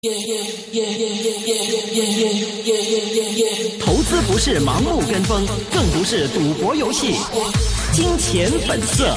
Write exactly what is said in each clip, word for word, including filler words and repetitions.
投资不是盲目跟风，更不是赌博游戏。金钱本色。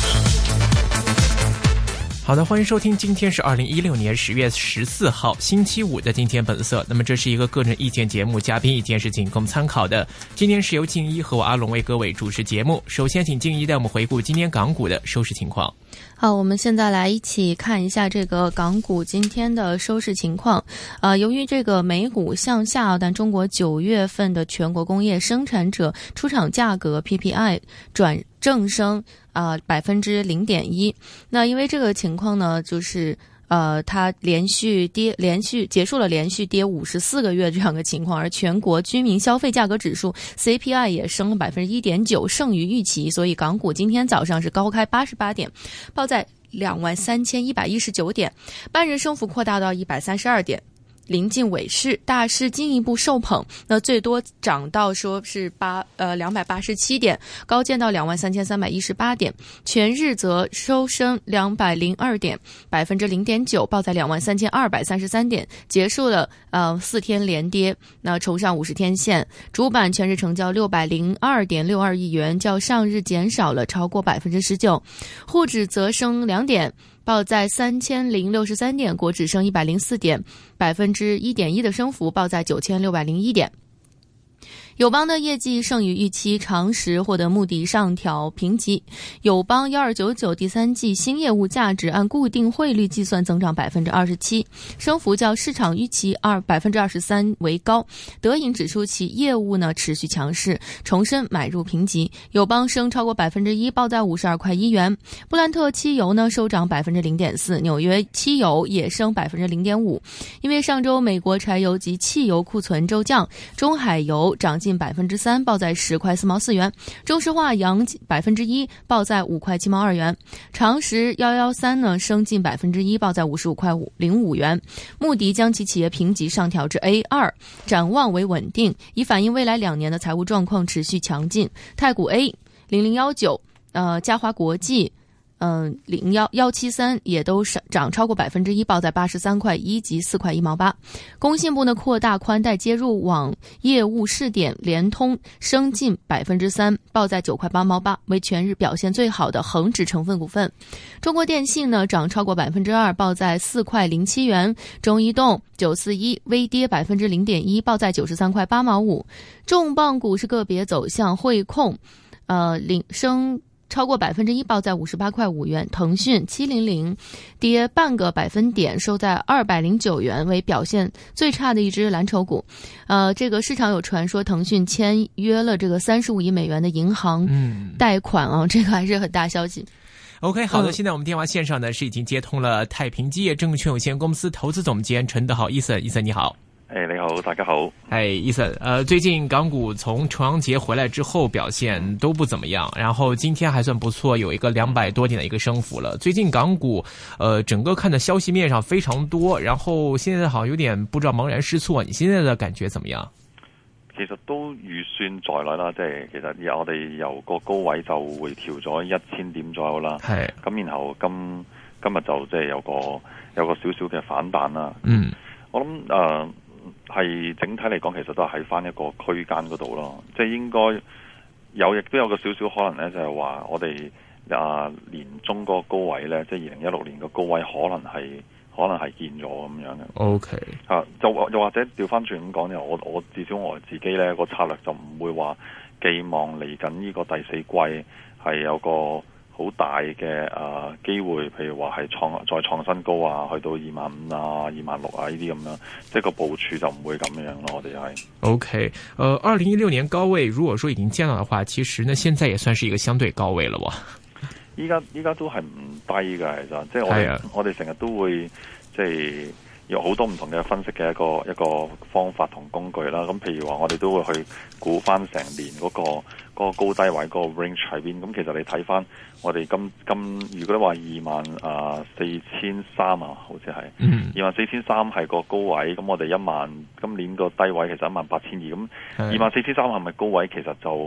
好的，欢迎收听，今天是二零一六年十月十四号星期五的金钱本色。那么这是一个个人意见节目，嘉宾意见是仅供参考的。今天是由静一和我阿龙为各位主持节目。首先请静一带我们回顾今天港股的收市情况。 好，我们现在来一起看一下这个港股今天的收市情况。呃，由于这个美股向下，但中国九月份的全国工业生产者出厂价格 P P I 转正升啊百分之零点一。那因为这个情况呢，就是呃，它连续跌，连续结束了连续跌五十四个月这样的情况，而全国居民消费价格指数 C P I 也升了百分之一点九，胜于预期，所以港股今天早上是高开八十八点，报在两万三千一百一十九点，半日升幅扩大到一百三十二点。临近尾市，大市进一步受捧，那最多涨到说是八呃两百八十七点，高见到两万三千三百一十八点，全日则收升两百零二点，百分之零点九，报在两万三千二百三十三点，结束了呃四天连跌，那冲上五十天线。主板全日成交六百零二点六二亿元，较上日减少了超过百分之十九，沪指则升两点。报在三千零六十三点，国指升一百零四点，百分之一点一的升幅，报在九千六百零一点。友邦的业绩胜于预期，长实获得穆迪上调评级。友邦一二九九第三季新业务价值按固定汇率计算增长百分之二十七，升幅较市场预期二百分之二十三为高。德银指出其业务呢持续强势，重申买入评级。友邦升超过百分之一，报在五十二块一元。布兰特汽油呢收涨百分之零点四，纽约汽油也升百分之零点五。因为上周美国柴油及汽油库存骤降，中海油涨近百分之三，报在十块四毛四元。中石化扬百分之一，报在五块七毛二元。长实幺幺三呢升近百分之一，报在五十五块五零五元。穆迪将其企业评级上调至 A 二，展望为稳定，以反映未来两年的财务状况持续强劲。太古 A 零零一九，呃，嘉华国际。嗯，零幺幺七三也都涨超过百分之一，报在八十三块一及四块一毛八。工信部呢扩大宽带接入网业务试点，联通升近百分之三，报在九块八毛八，为全日表现最好的恒指成分股份。中国电信呢涨超过百分之二，报在四块零七元。中移动九四一微跌百分之零点一，报在九十三块八毛五。重磅股是个别走向，汇控呃领升。超过百分之一，报在五十八块五元。腾讯七零零跌半个百分点，收在二百零九元，为表现最差的一只蓝筹股。呃，这个市场有传说腾讯签约了这个三十五亿美元的银行贷款啊，嗯、这个还是很大消息。 OK， 好的、嗯，现在我们电话线上呢是已经接通了太平基业证券有限公司投资总监陈德豪伊森，伊森你好。 哎，你好，大家好。 哎，伊森，呃，最近港股从重阳节回来之后表现都不怎么样，然后今天还算不错，有一个两百多点的一个升幅了。最近港股，呃，整个看的消息面上非常多，然后现在好像有點不知道茫然失措。你現在的感覺怎麼樣？ 其實都預算在內啦，即係其實我哋由個高位就回調咗一千點左右啦。係。咁然後今今日就即係有個有個少少嘅反彈啦。嗯。我諗誒。呃係整體嚟講，其實都係喺翻一個區間嗰度咯，即係應該有，亦都有個少少可能咧，就係話我哋啊年中個高位咧，即係二零一六年個高位，可能係可能係見咗咁樣嘅。O K 啊，就又或者調翻轉咁講，就我我至少我自己咧個策略就唔會話寄望嚟緊呢個第四季係有個好大嘅誒機會，譬如話係創再創新高啊，去到二萬五啊、二萬六啊呢啲咁樣，即係個部署就唔會咁樣咯。我哋係 OK， 呃，二零一六年高位，如果說已經見到的話，其實呢，現在也算是一個相對高位了喎。 依家依家都係唔低嘅，其實即係我哋、啊、我哋成日都會即係有好多唔同嘅分析嘅一個一個方法同工具啦。咁譬如話，我哋都會去估翻成年嗰、嗰個。嗰個高低位嗰個 range 喺邊？咁其實你睇翻我哋今今，如果你話二萬啊四千三啊，好似係二萬四千三係個高位，咁我哋一萬今年個低位其實一萬八千二，咁二萬四千三係咪高位？其實就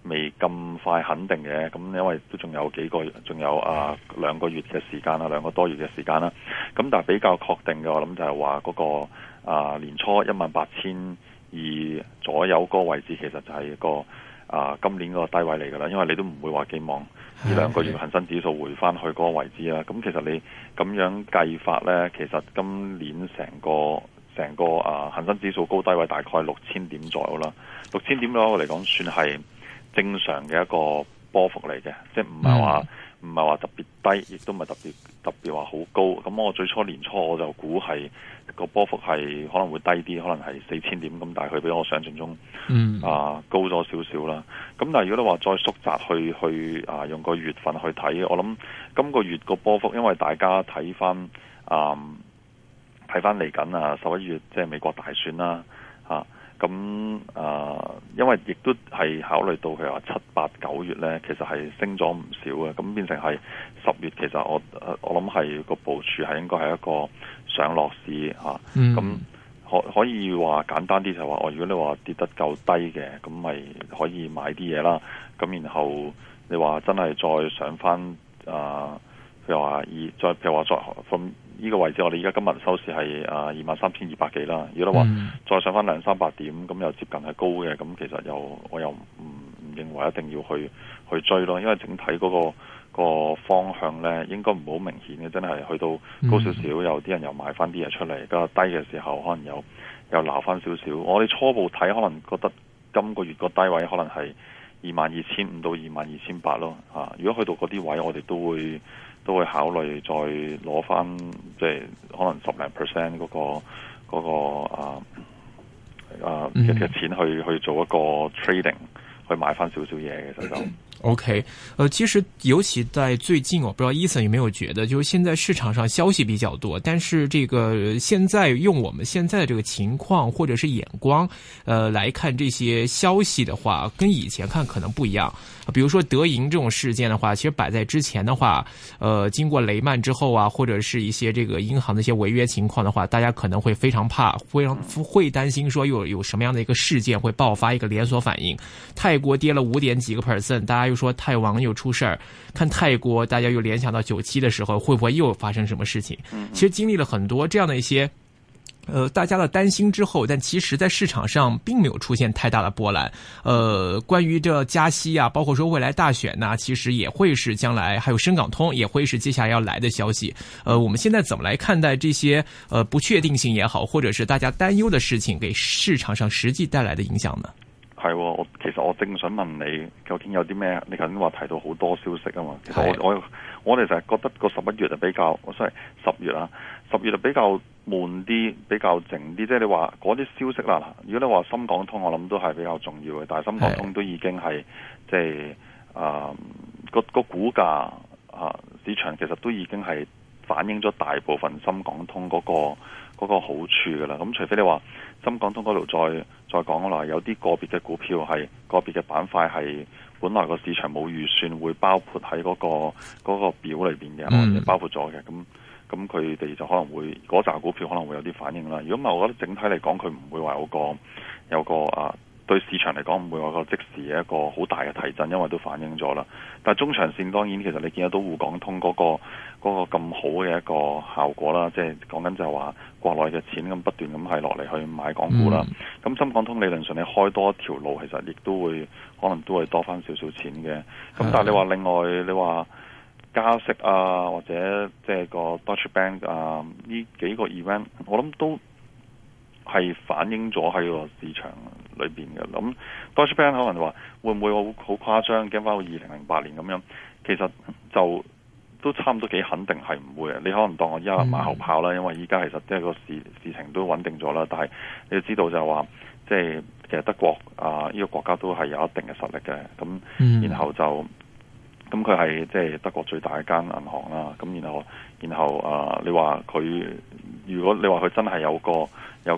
未咁快肯定嘅，咁因為都仲有幾個月，仲有啊兩個月嘅時間啦，兩個多月嘅時間啦。咁但係比較確定嘅，我諗就係話嗰個啊年初一萬八千二左右個位置，其實就係一個啊今年個低位嚟㗎啦。因為你都唔會話寄望呢兩個月恒生指數回翻去嗰個位置啦。咁其實你咁樣計法咧，其實今年成個成個啊恒生指數高低位大概六千點左右啦。六千點左右嚟講，算係正常嘅一個波幅嚟嘅，即係唔係話唔係話特別低，亦都唔係特別特別話好高。咁我最初年初我就估係個波幅係可能會低啲，可能係四千點咁，但係佢比我想象中、嗯、啊高咗少少啦。咁但係如果你話再縮窄去去啊用個月份去睇，我諗今個月個波幅，因為大家睇翻啊睇翻嚟緊啊十一月即係美國大選啦啊。咁啊、呃，因為亦都係考慮到佢話七八九月咧，其實係升咗唔少嘅，咁變成係十月，其實我我諗係個部署係應該係一個上落市嚇，咁、嗯、可可以話簡單啲就係話，我如果你話跌得夠低嘅，咁咪可以買啲嘢啦。咁然後你話真係再上翻啊，譬如話二再譬如話再from呢個位置，我哋而家今日收市係啊二萬三千二百幾啦。如果你話、嗯、再上翻兩三百點，咁又接近係高嘅，咁其實又我又唔唔認為一定要去去追咯，因為整體嗰、那個、那個方向咧應該唔好明顯嘅，真係去到高少少，嗯、有啲人又買翻啲嘢出嚟，個低嘅時候可能又又撈翻少少。我哋初步睇可能覺得今個月個低位可能係二萬二千五到二萬二千八咯嚇。如果去到嗰啲位，我哋都會。都會考慮再攞翻，即係可能十零 percent 嗰個嗰、嗰個啊啊嘅嘅錢去去做一個 trading，去買翻少少嘢嘅，其實就。 OK，呃，其實尤其在最近，我不知道 Ethan 有沒有覺得，就是現在市場上消息比較多，但是這個現在用我們現在的這個情況或者是眼光，呃，來看這些消息的話，跟以前看可能不一樣。比如說德銀這種事件的話，其實擺在之前的話，呃，經過雷曼之後啊，或者是一些這個銀行的一些違約情況的話，大家可能會非常怕，非常會擔心說有有什麼樣的一個事件會爆發一個連鎖反應。泰國跌了五點幾個 percent， 大家又說泰王又出事兒，看泰國大家又聯想到九七的時候會不會又發生什麼事情？其實經歷了很多這樣的一些呃大家的擔心之後，但其實在市場上並沒有出現太大的波瀾。呃關於這加息啊，包括說未來大選呢、啊，其實也會是將來還有深港通也會是接下來要來的消息。呃我們現在怎麼來看待這些呃不確定性也好，或者是大家擔憂的事情給市場上實際帶來的影響呢？ 係，我其實我正想問你，究竟有啲咩？你頭先話提到好多消息啊嘛。其實我我我哋成日覺得個十一月就比較，我所謂十月啊，十月就比較悶啲，比較靜啲。即係你話嗰啲消息啦，如果你話深港通，我諗都係比較重要嘅。但係深港通都已經係即係啊個個股價啊市場其實都已經係反映咗大部分深港通嗰個。嗰個好處㗎啦，咁除非你話深港通嗰度再再講啦，有啲個別嘅股票係個別嘅板塊係本來個市場冇預算會包括喺嗰個嗰個表裏邊嘅，或者包括咗嘅，咁咁佢哋就可能會嗰扎股票可能會有啲反應啦。如果唔係，我覺得整體嚟講佢唔會話有個有個啊。對市場嚟講唔會話個即時嘅一個好大嘅提振，因為都反映咗啦。但係中長線當然其實你見得到滬港通嗰個嗰個咁好嘅一個效果啦，即係講緊就係話國內嘅錢咁不斷咁係落嚟去買港股啦。咁、嗯、深港通理論上你開多一條路，其實亦都會可能都會多翻少少錢嘅。咁但係你話另外你話加息啊，或者即係個 Deutsche Bank 啊呢幾個 event， 我諗都係反映咗喺個市場裏邊嘅。咁 Deutsche Bank 可能話會唔會好好誇張，驚翻到二零零八年咁樣？其實就都差唔多幾肯定係唔會嘅。你可能當我依家馬後炮啦，因為依家其實即係個事事情都穩定咗啦。但係你要知道就係話，即係其實德國啊呢、呢個國家都係有一定嘅實力嘅。咁、嗯、然後就咁佢係即係德國最大嘅間銀行啦。咁然後然後啊，你話佢如果你話佢真係有個有個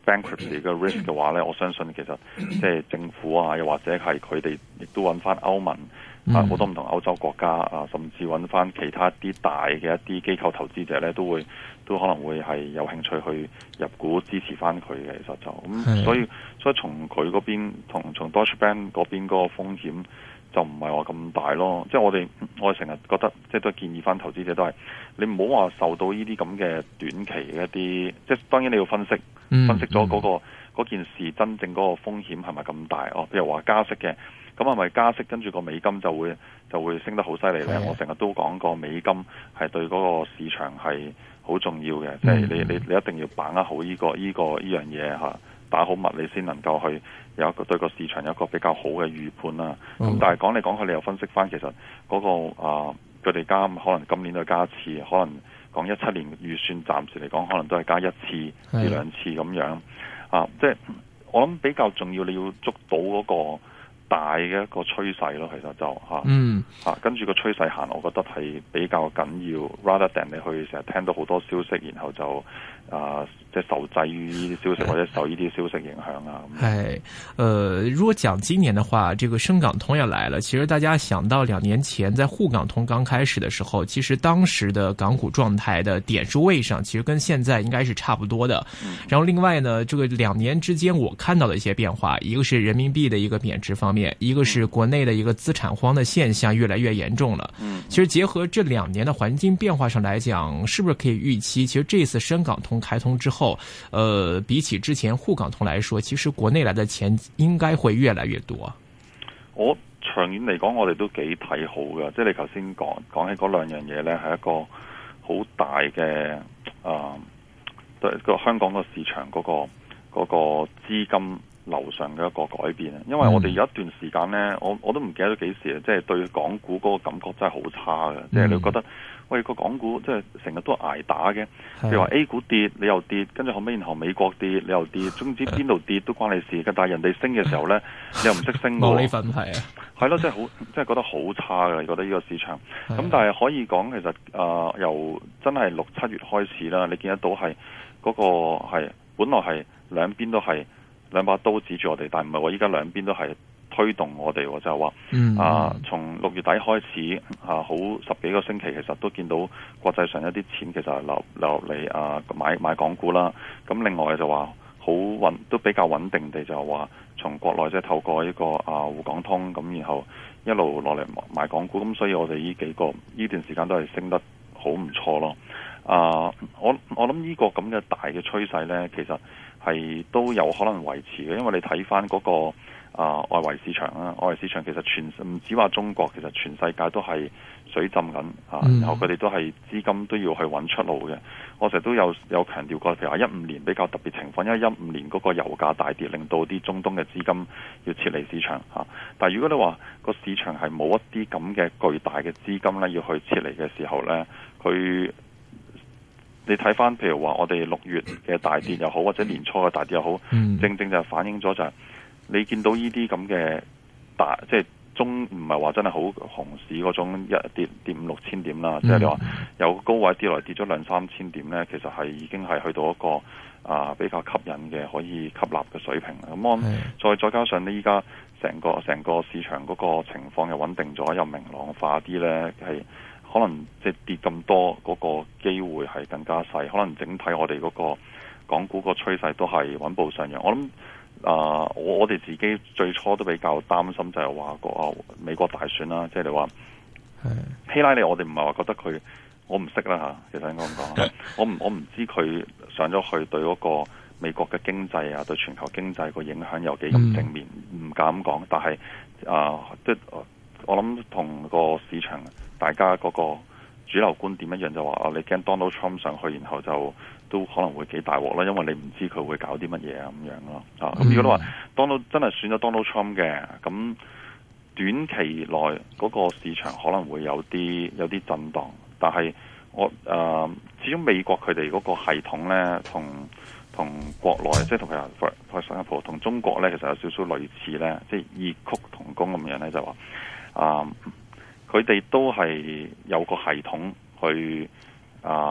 bankruptcy 嘅 risk 嘅話咧，我相信其實即係政府啊，又或者係佢哋亦都揾翻歐盟啊，好多唔同歐洲國家啊，甚至揾翻其他啲大嘅一啲機構投資者咧，都會都可能會係有興趣去入股支持翻佢嘅。其實就咁、嗯，所以所以從佢嗰邊同從 Deutsche Bank 嗰邊嗰個風險就唔係話咁大咯。即係我哋我哋成日覺得，即係都建議翻投資者都係你唔好話受到呢啲咁嘅短期嘅一啲，即係當然你要分析、嗯、分析咗嗰、嗰個嗰件事真正嗰個風險係咪咁大哦？譬如話加息嘅。咁係咪加息跟住個美金就會就會升得好犀利咧？我成日都講過美金係對嗰個市場係好重要嘅，即係、嗯、你你你一定要把握好呢、呢個呢、呢個呢樣嘢嚇，打好物你先能夠去有一個對個市場有一個比較好嘅預判啦。咁、嗯、但係講嚟講去，你又分析翻其實嗰、嗰個啊佢哋加可能今年都加一次，可能講一七年預算暫時嚟講可能都係加一次至兩次咁樣啊。即係我諗比較重要，你要捉到嗰、嗰個大嘅一個趨勢咯，其實就嚇，嗯嚇，跟住個趨勢行，我覺得係比較緊要。rather than 你去成日聽到好多消息，然後就啊，即係受制於呢啲消息或者受呢啲消息影響啊。 係，呃，如果講今年的話，這個深港通也來了。其實大家想到兩年前在滬港通剛開始的時候，其實當時的港股狀態的點數位上，其實跟現在應該是差不多的。嗯、然後另外呢，這個兩年之間我看到的一些變化，一個是人民幣的一個貶值方面。一個是國內的一個資產荒的現象越來越嚴重了。嗯，其實結合這兩年的環境變化上來講，是不是可以預期，其實這次深港通開通之後，呃，比起之前滬港通來說，其實國內來的錢應該會越來越多。 我長遠嚟講，我哋都幾睇好嘅。即係你頭先講講起嗰兩樣嘢呢，係一個好大嘅啊，對個香港個市場嗰個嗰個資金樓上嘅一個改變，因為我哋有一段時間呢，我我都唔記得咗幾時，即係對港股嗰個感覺真係好差嘅，即係、嗯、你覺得喂個港股即係成日都捱打嘅，譬如話 A 股跌你又跌，跟住後尾然後美國跌你又跌，總之邊度跌都關你事嘅，但係人哋升嘅時候呢，你又唔識升喎。冇呢份係啊，係咯，即係好，即係覺得好差嘅，覺得呢個市場。咁但係可以講其實啊、呃，由真係六七月開始啦，你見得到係嗰、嗰個係本來係兩邊都係。兩把刀指住我哋，但唔係話依家兩邊都係推動我哋，就係話啊，從六月底開始啊，好十幾個星期，其實都見到國際上一啲錢其實係流流嚟啊買買港股啦。咁另外就話好穩，都比較穩定地就係話從國內即係透過呢個啊滬港通咁，然後一路落嚟買港股。咁所以我哋呢幾個呢段時間都係升得好唔錯咯。啊，我我諗呢個咁嘅大嘅趨勢呢，其實係都有可能維持嘅，因為你睇翻嗰個啊外圍市場啦，外圍市場其實全唔止話中國，其實全世界都係水浸緊啊，然後佢哋都係資金都要去揾出路嘅。我成日都有有強調過，譬如話一五年比較特別情況，因為一五年嗰個油價大跌，令到啲中東嘅資金要撤離市場嚇。但係如果你話個市場係冇一啲咁嘅巨大嘅資金咧，要去撤離嘅時候咧，佢你睇翻，譬如話我哋六月嘅大跌又好，或者年初嘅大跌又好，嗯、正正就反映咗就係你見到呢啲咁嘅大，即係中唔係話真係好熊市嗰種一跌跌五六千點啦，即係你話有高位跌落嚟跌咗兩三千點咧，其實係已經係去到一個啊、呃、比較吸引嘅可以吸納嘅水平。咁我再再加上呢，依家成個成個市場嗰個情況又穩定咗，又明朗化啲咧，係。可能即係跌咁多，嗰個機會係更加細。可能整體我哋嗰個港股個趨勢都係穩步上揚。我諗啊，我我哋自己最初都比較擔心就係話個美國大選啦，即係你話希拉里，我哋唔係話覺得佢，我唔識啦嚇。其實應該咁講，我唔我唔知佢上咗去對嗰個美國嘅經濟啊，對全球經濟個影響有幾咁正面，唔、嗯、敢講。但係啊，即係我諗同個市場。大家嗰個主流觀點一樣，就話啊，你驚 Donald Trump 上去，然後就都可能會幾大鑊啦，因為你唔知佢會搞啲乜嘢啊咁樣咯。啊，咁如果你話 Donald 真係選咗 Donald Trump 嘅，咁短期內嗰個市場可能會有啲有啲震盪，但係我誒、呃、始終美國佢哋嗰個系統咧，同同國內即係同佢話新加坡同中國咧，其實有少少類似咧，即係異曲同工咁樣咧，就話啊。佢哋都係有個系統去啊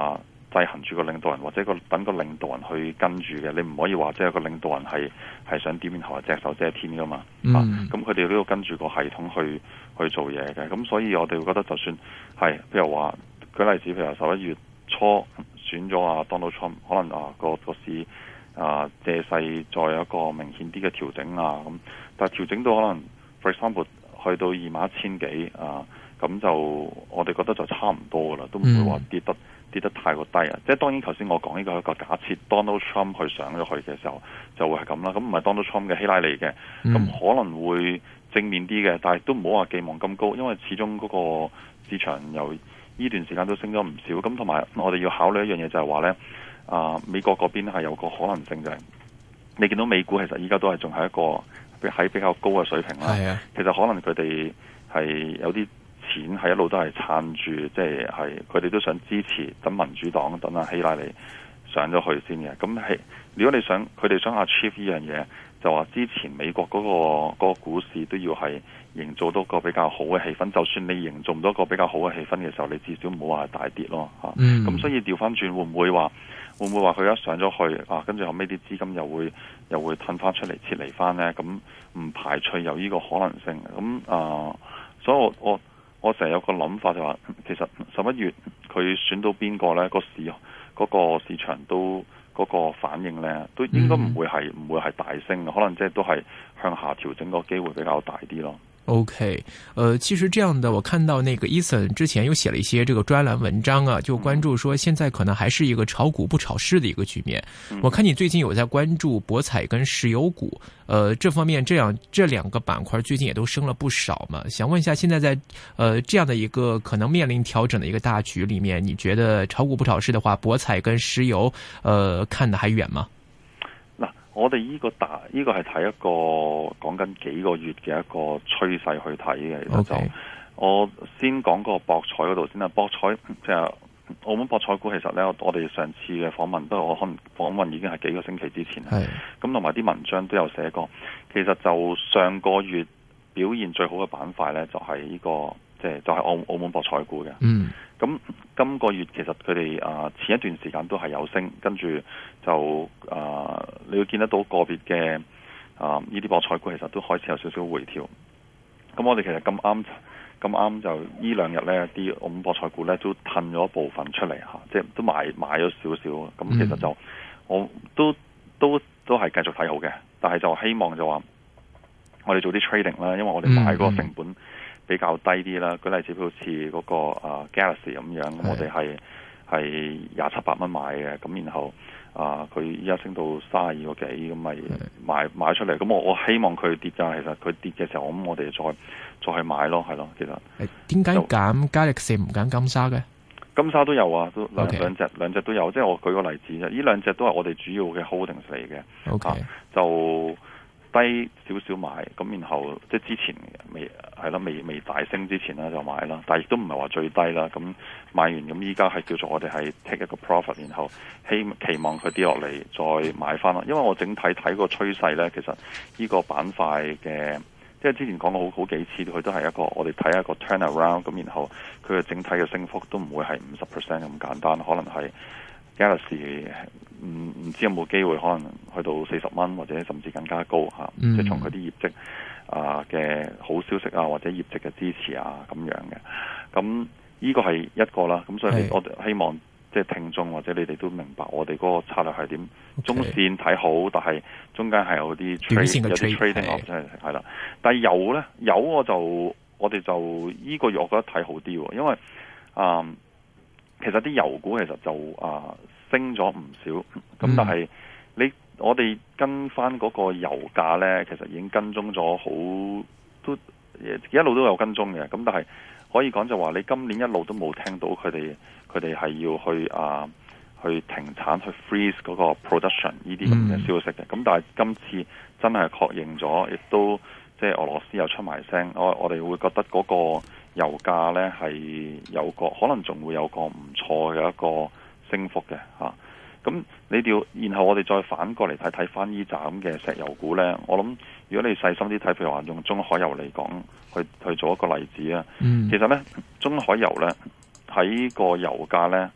制衡住個領導人，或者個等個領導人去跟住嘅。你唔可以話即係個領導人係係想點面頭隻手遮天噶嘛。嗯、啊，咁佢哋都要跟住個系統去去做嘢嘅。咁所以我哋會覺得就算係譬如話舉例子，譬如話十一月初選咗啊 Donald Trump， 可能啊個個市啊借勢再有一個明顯啲嘅調整啊咁，但係調整到可能 for example 去到二萬一千幾啊，咁就我哋覺得就差唔多噶啦，都唔會話跌得、嗯、跌得太過低啊。即係當然頭先我講呢個係一個假設 Donald Trump 去上咗去嘅時候就會係咁啦，咁唔係 Donald Trump 嘅希拉里嘅，咁、嗯、可能會正面啲嘅，但係都唔好話寄望咁高，因為始終嗰個市場由呢段時間都升咗唔少，咁同埋我哋要考慮一樣嘢就係話咧，啊美國嗰邊係有個可能性就係、是，你見到美股其實依家都係仲係一個喺比較高嘅水平啦。係啊，其實可能佢哋係有啲錢係一路都係撐住，即係係佢哋都想支持等民主黨等啊希拉里上咗去先嘅。咁係如果你想佢哋想 achieve 呢樣嘢，就話之前美國嗰、嗰個嗰個股市都要係營造到個比較好嘅氣氛，就算你營造唔到一個比較好嘅氣氛嘅時候，你至少唔好話大跌咯嚇。咁、嗯、所以調翻轉會唔會話會唔會話佢一上咗去啊，跟住後尾啲資金又會又會褪翻出嚟撤離翻咧？咁唔排除有呢個可能性。咁啊，所以我我我成日有個諗法就話，其實十一月佢選到邊個咧，個市嗰、嗰個市場都。嗰、那個反應呢，都應該唔會係唔、嗯、會係大升嘅，可能即係都係向下調整個機會比較大啲咯。OK， 呃，其實這樣的，我看到那個 Ethan 之前有寫了一些這個專欄文章啊，就關注說現在可能還是一個炒股不炒市的一個局面。嗯、我看你最近有在關注博彩跟石油股，呃，這方面這樣這兩個板塊最近也都升了不少嘛。想問一下，現在在呃這樣的一個可能面臨調整的一個大局裏面，你覺得炒股不炒市的話，博彩跟石油，呃，看得還遠嗎？ 我哋呢個大呢、呢個係睇一個講緊幾個月嘅一個趨勢去睇嘅。其實就 Okay. 我先講個博彩嗰度先啦。博彩即係澳門博彩股，其實咧我哋上次嘅訪問，不過我可能訪問已經係幾個星期之前啦。咁同埋啲文章都有寫過。其實就上個月表現最好嘅板塊咧，就係、是、呢、呢個即係就係、是、澳澳門博彩股嘅。嗯。咁今個月其實佢哋啊前一段時間都係有升，跟住就啊、呃、你會見得到個別嘅啊呢啲博彩股其實都開始有少少回調。咁我哋其實咁啱咁啱就呢兩日咧啲澳門博彩股咧都褪咗部分出嚟嚇，即係都買買咗少少。咁其實就、嗯、我都都都係繼續睇好嘅，但係就希望就話我哋做啲 trading 啦，因為我哋買嗰個成本。嗯嗯比較低啲啦，舉例子好似嗰個啊 Galaxy 咁樣，咁我哋係係廿七八蚊買嘅，咁然後啊佢依家升到三十二個幾，咁咪買買出嚟。咁我我希望佢跌就其實佢跌嘅時候，咁我哋再再去買咯，係咯，其實。 點解揀 Galaxy 唔揀金沙嘅？ 金沙都有啊，都兩兩隻兩隻都有。即係我舉個例子啫，呢兩隻都係我哋主要嘅 holdings 嚟嘅。OK，、啊、就。低少少買，咁然後即係之前未係啦，未未大升之前咧就買啦，但係亦都唔係話最低啦。咁買完咁依家係叫做我哋係 take 一個 profit，然後希期望佢跌落嚟再買翻咯。因為我整體睇個趨勢咧，其實呢個板塊嘅即係之前講過好好幾次，佢都係一個我哋睇一個 turnaround，咁然後佢嘅整體嘅升幅都唔會係五十 percent 咁簡單，可能係。Galaxy 唔唔知有冇機會可能去到四十蚊或者甚至更加高嚇，嗯、即係從佢啲業績啊嘅好消息啊或者業績嘅支持啊咁樣嘅。咁呢個係一個啦。咁所以我哋希望即係聽眾或者你哋都明白我哋嗰個策略係點。Okay. 中線睇好，但係中間係有啲 trade 有啲 trading 即係係啦。但係油咧油我就我哋就呢個月我覺得睇好啲喎，因為啊。嗯其實啲油股其實就啊、呃、升咗唔少，咁但係你我哋跟翻嗰個油價咧，其實已經跟蹤咗好都一路都有跟蹤嘅，咁但係可以講就話你今年一路都冇聽到佢哋佢哋係要去啊去停產去 freeze 嗰個 production 呢啲咁嘅消息嘅，咁、嗯、但係今次真係確認咗，亦都即係俄羅斯又出埋聲，我我哋會覺得嗰、嗰個。油價咧係有個可能仲會有個唔錯嘅一個升幅嘅嚇，咁、啊、你哋然後我哋再反過嚟睇睇翻呢紮嘅石油股咧，我諗如果你細心啲睇，譬如話用中海油嚟講，去去做一個例子啊，嗯、其實咧中海油咧喺個油價咧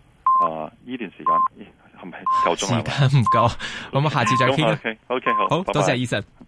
啊，呢段時間係咪夠鐘啦？ 時間唔夠，我們下次再傾啦。 OK，OK，好， 好多謝醫生。